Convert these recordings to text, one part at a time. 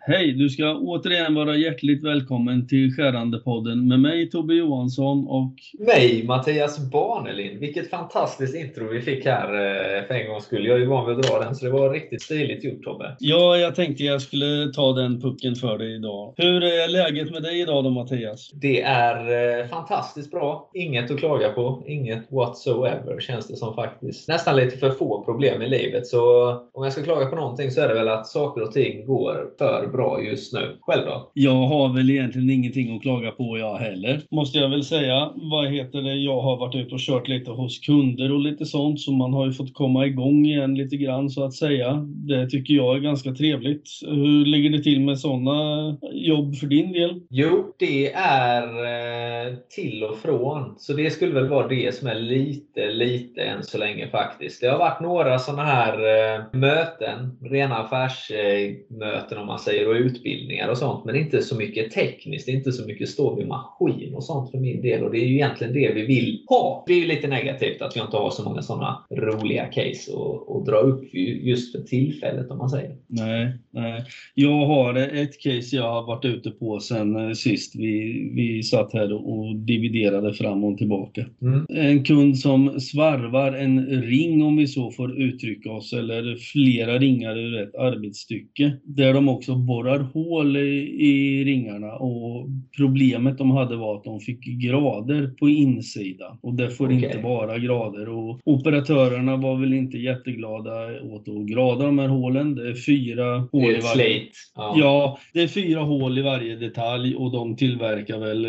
Hej, du ska återigen vara hjärtligt välkommen till Skärandepodden med mig Tobbe Johansson och mig, Mattias Barnelin. Vilket fantastiskt intro vi fick här för en gångs skull. Jag är ju van vid att dra den, så det var riktigt stiligt gjort, Tobbe. Ja, jag tänkte jag skulle ta den pucken för dig idag. Hur är läget med dig idag då, Mattias? Det är fantastiskt bra. Inget att klaga på. Inget whatsoever, känns det som faktiskt. Nästan lite för få problem i livet. Så om jag ska klaga på någonting så är det väl att saker och ting går för bra just nu. Själv då? Jag har väl egentligen ingenting att klaga på jag heller, måste jag väl säga. Vad heter det? Jag har varit ute och kört lite hos kunder och lite sånt, så man har ju fått komma igång igen lite grann så att säga. Det tycker jag är ganska trevligt. Hur ligger det till med sådana jobb för din del? Jo, det är till och från. Så det skulle väl vara det som är lite än så länge faktiskt. Det har varit några sådana här möten, rena affärsmöten om man säger, och utbildningar och sånt. Men inte så mycket tekniskt, inte så mycket stå vid maskin och sånt för min del. Och det är ju egentligen det vi vill ha. Det är ju lite negativt att vi inte har så många sådana roliga case och dra upp just för tillfället, om man säger. Nej. Jag har ett case jag har varit ute på sen sist vi satt här och dividerade fram och tillbaka. En kund som svarvar en ring, om vi så får uttrycka oss, eller flera ringar ur ett arbetsstycke, där de också borrar hål i ringarna, och problemet de hade var att de fick grader på insidan, och det får inte vara grader, och operatörerna var väl inte jätteglada åt att grada de här hålen. Det är 4 hål i varje. Ja, det är 4 hål i varje detalj, och de tillverkar väl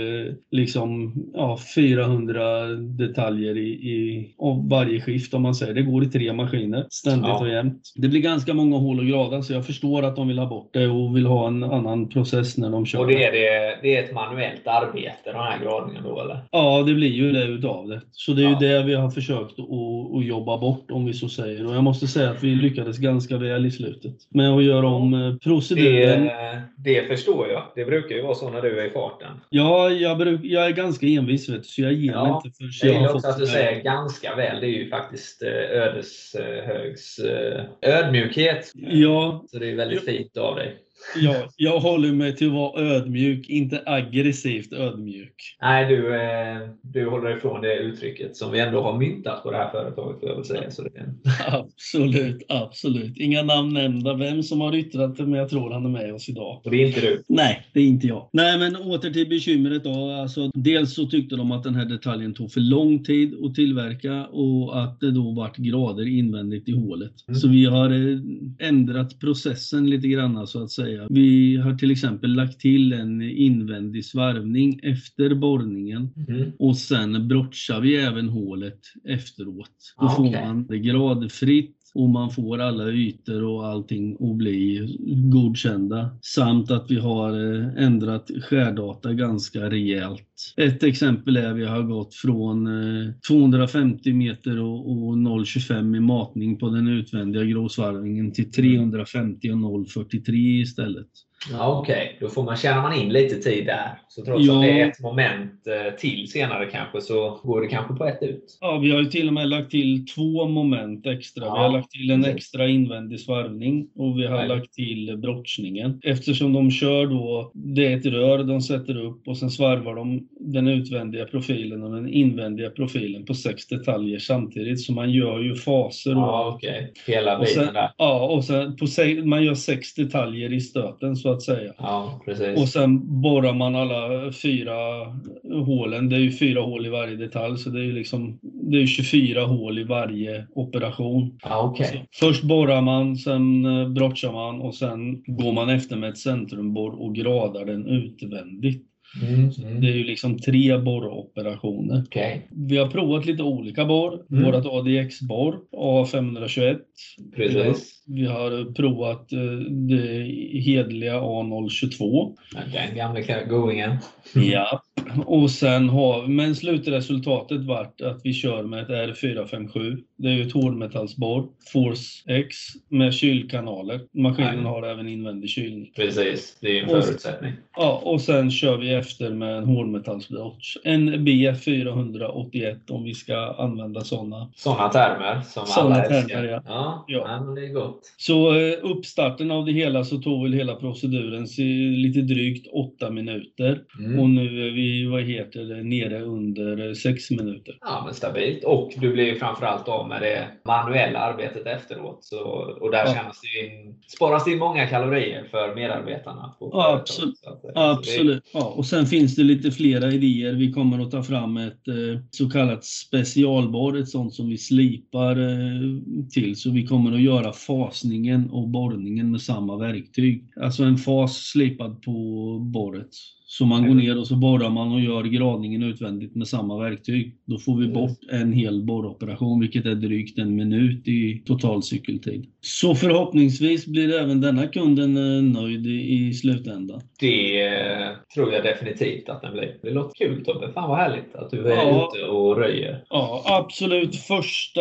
400 detaljer i varje skift, om man säger. Det går i 3 maskiner ständigt och jämt. Det blir ganska många hål att grada, så jag förstår att de vill ha bort det och vill ha en annan process när de kör. Och det är ett manuellt arbete, den här gradningen då, eller? Ja, det blir ju det utav det. Så det är ju det vi har försökt att jobba bort, om vi så säger. Och jag måste säga att vi lyckades ganska väl i slutet med att göra om proceduren. Det förstår jag. Det brukar ju vara så när du är i farten. Ja, jag är ganska envis, vet du, så jag ger mig inte för. Jag gillar också att du säger ganska väl. Det är ju faktiskt ödeshögs ödmjukhet. Ja. Så det är väldigt fint av dig. Ja, jag håller mig till att vara ödmjuk, inte aggressivt ödmjuk. Nej, du håller ifrån det uttrycket som vi ändå har myntat på det här företaget, för jag vill säga. Så det... Absolut. Inga namn nämnda. Vem som har yttrat det, men jag tror han är med oss idag. Och det är inte du? Nej, det är inte jag. Nej, men åter till bekymret då. Alltså, dels så tyckte de att den här detaljen tog för lång tid att tillverka, och att det då vart grader invändigt i hålet. Så vi har ändrat processen lite grann, så att säga. Vi har till exempel lagt till en invändig svarvning efter borrningen, och sen brotchar vi även hålet efteråt. Då får man det gradfritt, och man får alla ytor och allting att bli godkända. Samt att vi har ändrat skärdata ganska rejält. Ett exempel är att vi har gått från 250 meter och 0,25 i matning på den utvändiga gråsvarvningen till 350 och 0,43 istället. Ja, då tjänar man in lite tid där. Så trots att det är ett moment till senare kanske, så går det kanske på ett ut. Ja, vi har ju till och med lagt till 2 moment extra. Vi har lagt till en extra invändig svarvning, och vi har lagt till brotchningen. Eftersom de kör då, det är ett rör de sätter upp, och sen svarvar de den utvändiga profilen och den invändiga profilen på 6 detaljer samtidigt. Så man gör ju faser. Ja, hela biten där. Ja, och sen man gör 6 detaljer i stöten, så att säga. Ja, precis. Och sen borrar man alla 4 hålen. Det är ju 4 hål i varje detalj, så det är ju det är 24 hål i varje operation. Först borrar man, sen brotchar man, och sen går man efter med ett centrumborr och gradar den utvändigt. Det är ju 3 borroperationer. Vi har provat lite olika borr. Vårat ADX-borr A521. Precis. Vi har provat det hedliga A022. Den gamla goingen. Ja. Och sen men slutresultatet vart att vi kör med ett R457. Det är ju ett hårdmetallsborr, Force X med kylkanaler. Maskinen har även invändig kylning. Precis, det är en förutsättning. Ja, och sen kör vi efter med en hårdmetallsbrotch. En B481 om vi ska använda sådana termer som alla älskar. Ja, men det är gott. Så uppstarten av det hela så tog väl hela proceduren lite drygt 8 minuter. Och nu är vi, nere under 6 minuter. Ja, men stabilt. Och du blir framförallt av med det manuella arbetet efteråt. Och där sparas det in många kalorier för medarbetarna. Absolut. Ja, och sen finns det lite flera idéer. Vi kommer att ta fram ett så kallat specialborr, ett sånt som vi slipar till. Så vi kommer att göra fasningen och borrningen med samma verktyg. Alltså en fas slipad på borret. Så man går ner och så borrar man och gör gradningen utvändigt med samma verktyg. Då får vi bort en hel borroperation, vilket är drygt 1 minut i total cykeltid. Så förhoppningsvis blir även denna kunden nöjd i slutändan. Det tror jag definitivt att den blir. Det låter kul, Tobbe. Fan vad härligt att du är ute och röjer. Ja, absolut. Första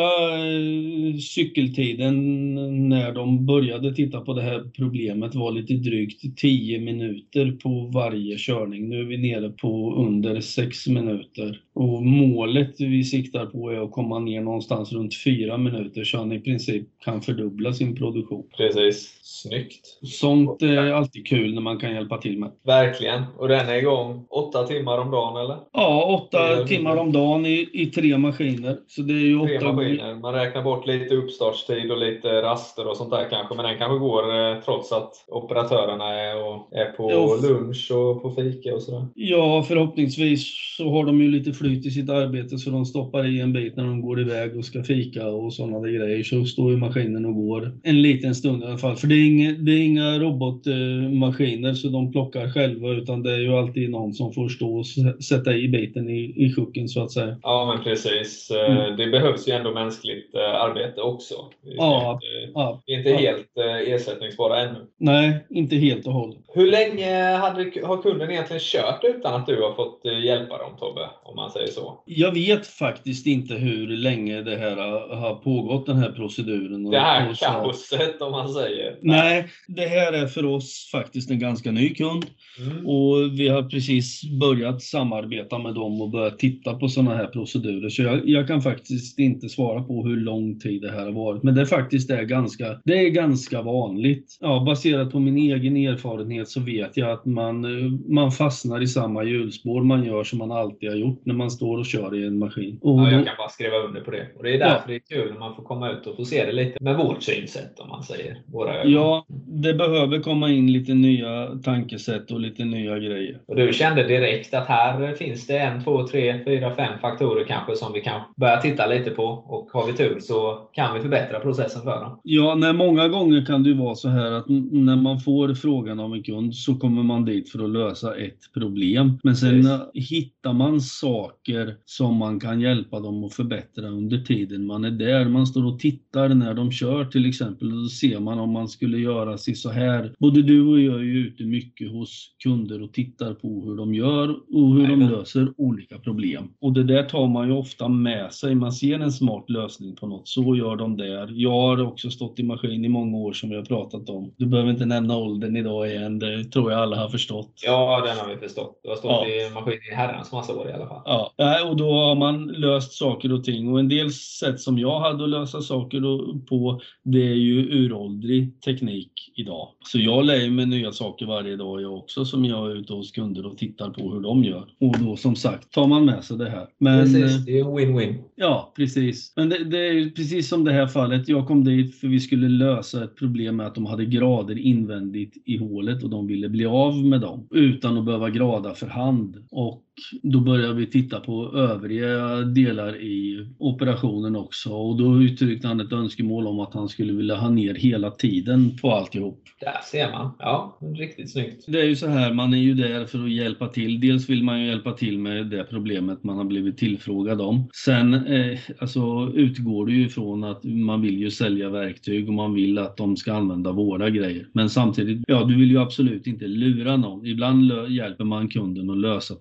cykeltiden när de började titta på det här problemet var lite drygt 10 minuter på varje körning. Nu är vi nere på under 6 minuter. Och målet vi siktar på är att komma ner någonstans runt 4 minuter så han i princip kan fördubbla sin produktion. Precis. Snyggt. Sånt är alltid kul när man kan hjälpa till med. Verkligen. Och den är igång 8 timmar om dagen, eller? Ja, 8 timmar om dagen i 3 maskiner. Så det är ju 8 maskiner. Man räknar bort lite uppstartstid och lite raster och sånt där kanske. Men den kanske går trots att operatörerna är på lunch och på fika och sådär. Ja, förhoppningsvis så har de ju lite flyt i sitt arbete så de stoppar i en bit när de går iväg och ska fika och sådana grejer. Så står ju maskinen och går en liten stund i alla fall. För det är inga robotmaskiner så de plockar själva utan det är ju alltid någon som får stå och sätta i biten i sjuken så att säga. Ja, men precis. Det behövs ju ändå mänskligt arbete också. Vi är inte helt ersättningsbara ännu. Nej, inte helt och hållet. Hur länge har kunden egentligen kört utan att du har fått hjälpa dem, Tobbe, om man säger så? Jag vet faktiskt inte hur länge det här har pågått, den här proceduren. Det här kaoset, om man säger. Nej, det här är för oss faktiskt en ganska ny kund. Och vi har precis börjat samarbeta med dem och börjat titta på sådana här procedurer. Så jag kan faktiskt inte svara på hur lång tid det här har varit. Men det faktiskt är ganska vanligt. Ja, baserat på min egen erfarenhet så vet jag att man fastnar i samma hjulspår man gör som man alltid har gjort när man står och kör i en maskin. Jag kan bara skriva under på det. Och det är därför det är kul när man får komma ut och få se det lite med vårt synsätt, om man säger. Våra ögon. Ja, det behöver komma in lite nya tankesätt och lite nya grejer. Och du kände direkt att här finns det 1, 2, 3, 4, 5 faktorer kanske som vi kan börja titta lite på. Och har vi tur så kan vi förbättra processen för dem. Ja, många gånger kan det ju vara så här att när man får frågan av en kund så kommer man dit för att lösa ett problem. Men sen hittar man saker som man kan hjälpa dem att förbättra under tiden man är där. Man står och tittar när de kör till exempel och då ser man om man skulle göra sig så här. Både du och jag är ju ute mycket hos kunder och tittar på hur de gör och hur de löser olika problem. Och det där tar man ju ofta med sig. Man ser en smart lösning på något. Så gör de där. Jag har också stått i maskin i många år som vi har pratat om. Du behöver inte nämna åldern idag igen. Det tror jag alla har förstått. Ja, den har vi förstått. Du har stått i maskin i herrans massa år i alla fall. Ja, och då har man löst saker och ting. Och en del sätt som jag hade att lösa saker på, det är ju uråldrig teknik idag. Så jag lär mig nya saker varje dag jag också som jag är ute hos kunder och tittar på hur de gör. Och då som sagt tar man med sig det här. Precis, det är win-win. Ja, precis. Men det är ju precis som det här fallet. Jag kom dit för vi skulle lösa ett problem med att de hade grader invändigt i hålet och de ville bli av med dem utan att behöva grada för hand. Och då började vi titta på övriga delar i operationen också och då uttryckte han ett önskemål om att han skulle vilja ha ner hela tiden på alltihop. Där ser man. Ja, riktigt snyggt. Det är ju så här, man är ju där för att hjälpa till. Dels vill man ju hjälpa till med det problemet man har blivit tillfrågad om. Sen utgår det ju från att man vill ju sälja verktyg och man vill att de ska använda våra grejer. Men samtidigt, du vill ju absolut inte lura någon. Ibland hjälper man kunden att lösa problem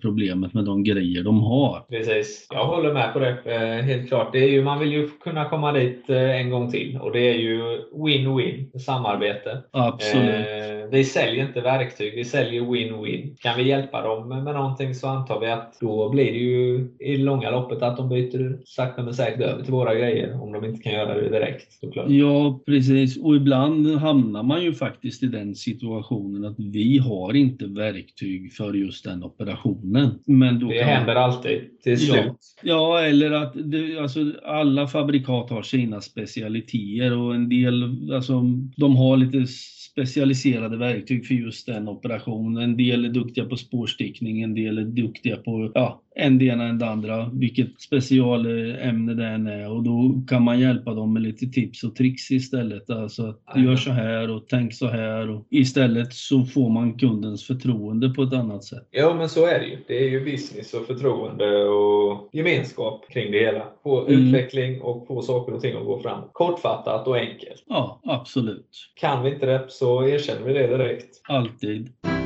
systemet med de grejer de har. Precis, jag håller med på det. Helt klart. Det är ju, man vill ju kunna komma dit en gång till. Och det är ju win-win samarbete. Absolut. Vi säljer inte verktyg, vi säljer win-win. Kan vi hjälpa dem med någonting så antar vi att då blir det ju i långa loppet att de byter sakta men säkert över till våra grejer. Om de inte kan göra det direkt, såklart. Ja, precis. Och ibland hamnar man ju faktiskt i den situationen att vi har inte verktyg för just den operationen. Men då det händer alltid till slut. Ja, eller att alla fabrikat har sina specialiteter och en del, de har lite specialiserade verktyg för just den operationen. En del är duktiga på spårstickning, en del är duktiga på en det ena än det andra, vilket specialämne det än är. Och då kan man hjälpa dem med lite tips och tricks istället. Alltså att gör så här och tänk så här. Och istället så får man kundens förtroende på ett annat sätt. Ja, men så är det ju. Det är ju business och förtroende och gemenskap kring det hela. På utveckling och på saker och ting att gå fram. Kortfattat och enkelt. Ja, absolut. Kan vi inte det så erkänner vi det direkt. Alltid.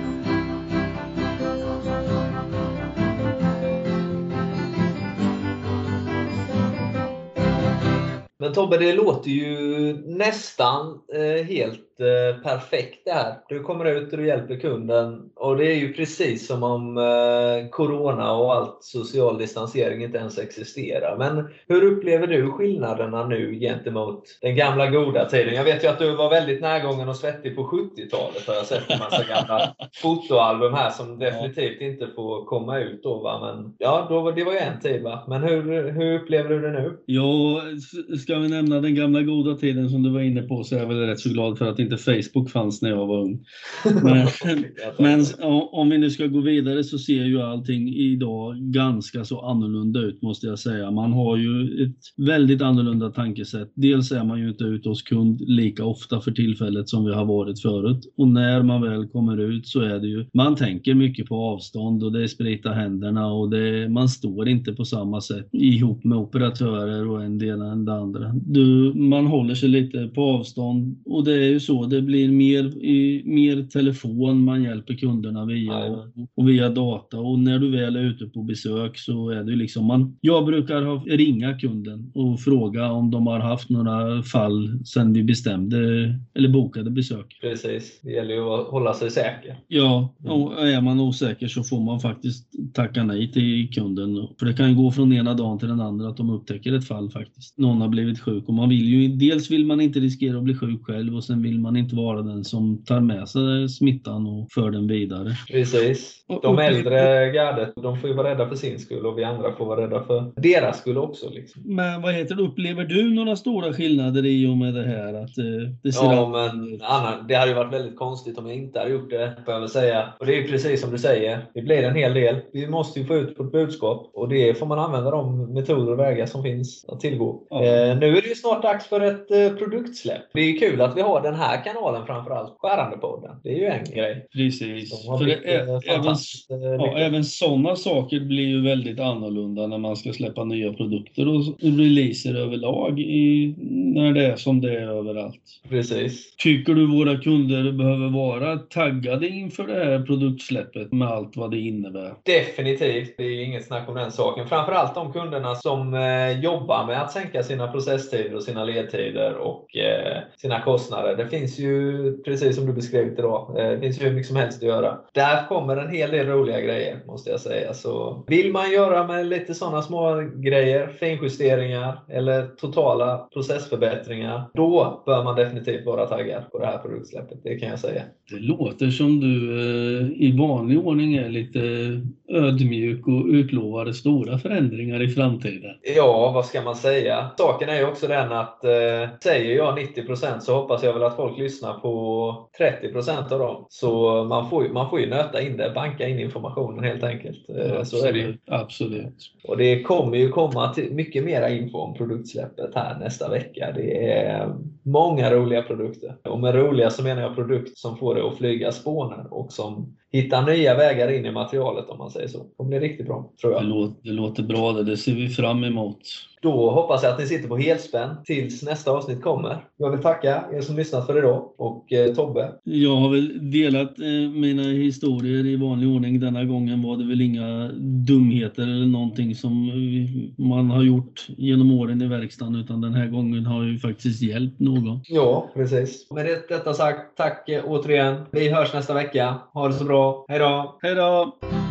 Men Tobbe, det låter ju nästan helt perfekt det här. Du kommer ut och du hjälper kunden och det är ju precis som om corona och allt social distansering inte ens existerar. Men hur upplever du skillnaderna nu gentemot den gamla goda tiden? Jag vet ju att du var väldigt närgången och svettig på 70-talet. Har jag sett en massa gamla fotoalbum här som definitivt inte får komma ut då, va? Men ja, det var ju en tid, va? Men hur upplever du det nu? Jo, ska vi nämna den gamla goda tiden som du var inne på, så är jag väl rätt så glad för att inte Facebook fanns när jag var ung. Men om vi nu ska gå vidare så ser ju allting idag ganska så annorlunda ut, måste jag säga. Man har ju ett väldigt annorlunda tankesätt. Dels är man ju inte ute hos kund lika ofta för tillfället som vi har varit förut. Och när man väl kommer ut så är det ju, man tänker mycket på avstånd och det är sprita händerna och man står inte på samma sätt ihop med operatörer och en del än det andra. Man håller sig lite på avstånd och det är ju så, det blir mer telefon man hjälper kunderna via och via data, och när du väl är ute på besök så är det liksom jag brukar ringa kunden och fråga om de har haft några fall sedan vi bestämde eller bokade besök. Precis, det gäller ju att hålla sig säker. Ja, och är man osäker så får man faktiskt tacka nej till kunden, för det kan ju gå från ena dagen till den andra att de upptäcker ett fall faktiskt. Någon har blivit sjuk och man vill ju, dels vill man inte riskera att bli sjuk själv och sen vill man inte vara den som tar med sig smittan och för den vidare. Precis. De äldre gardet, de får ju vara rädda för sin skull och vi andra får vara rädda för deras skull också. Liksom. Men upplever du några stora skillnader i och med det här? Att det ser men Anna, det hade ju varit väldigt konstigt om jag inte hade gjort det, får jag väl säga. Och det är ju precis som du säger, det blir en hel del. Vi måste ju få ut vårt budskap och det får man använda de metoder och vägar som finns att tillgå. Ja. Nu är det ju snart dags för ett produktsläpp. Det är ju kul att vi har den här kanalen framförallt, Skärandepodden. Det är ju en grej. Precis. För även sådana saker blir ju väldigt annorlunda när man ska släppa nya produkter och releaser överlag när det är som det är överallt. Precis. Tycker du våra kunder behöver vara taggade inför det här produktsläppet med allt vad det innebär? Definitivt. Det är inget snack om den saken. Framförallt de kunderna som jobbar med att sänka sina processtider och sina ledtider och sina kostnader. Det finns ju, precis som du beskrev idag, det finns ju hur mycket som helst att göra. Där kommer en hel del roliga grejer, måste jag säga. Så vill man göra med lite sådana små grejer, finjusteringar eller totala processförbättringar, då bör man definitivt vara taggad på det här produktsläppet. Det kan jag säga. Det låter som du i vanlig ordning är lite ödmjuk och utlovar stora förändringar i framtiden. Ja, vad ska man säga? Saken är ju också den att säger jag 90% så hoppas jag väl att folk lyssnar på 30% av dem. Så man får ju nöta in det, banka in informationen helt enkelt. Absolut, så är det ju. Absolut. Och det kommer ju komma till mycket mera info om produktsläppet här nästa vecka. Det är många roliga produkter. Och med roliga så menar jag produkter som får det att flyga spånen och som hittar nya vägar in i materialet, om man säger så. Det blir riktigt bra, tror jag. Det låter bra det ser vi fram emot. Då hoppas jag att ni sitter på helspänn tills nästa avsnitt kommer. Jag vill tacka er som lyssnat för idag och Tobbe. Jag har väl delat mina historier i vanlig ordning. Denna gången var det väl inga dumheter eller någonting som man har gjort genom åren i verkstaden, utan den här gången har ju faktiskt hjälpt någon. Ja, precis. Med detta sagt, tack återigen. Vi hörs nästa vecka. Ha det så bra. Hej då! Hej då!